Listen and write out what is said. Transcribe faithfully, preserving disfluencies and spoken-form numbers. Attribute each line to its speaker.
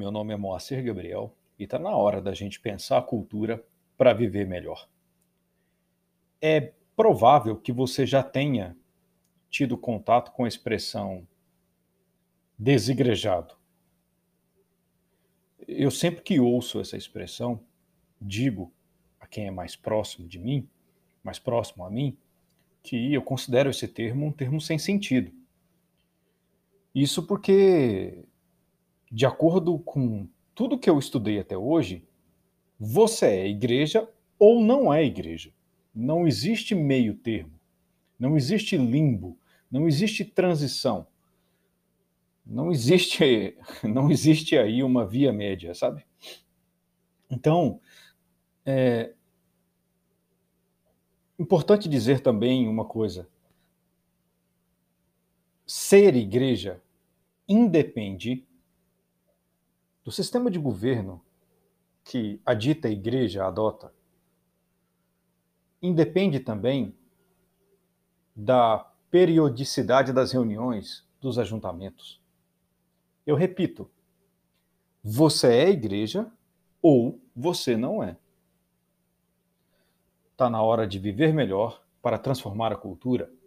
Speaker 1: meu nome é Moacir Gabriel e está na hora da gente pensar a cultura para viver melhor. É provável que você já tenha tido contato com a expressão desigrejado. Eu sempre que ouço essa expressão, digo a quem é mais próximo de mim, mais próximo a mim, que eu considero esse termo um termo sem sentido. Isso porque, de acordo com tudo que eu estudei até hoje, você é igreja ou não é igreja. Não existe meio termo, não existe limbo, não existe transição. Não existe, não existe aí uma via média, sabe? Então, é importante dizer também uma coisa. Ser igreja independe do sistema de governo que a dita igreja adota. Independe também da periodicidade das reuniões dos ajuntamentos. Eu repito, você é igreja ou você não é. Está na hora de viver melhor para transformar a cultura.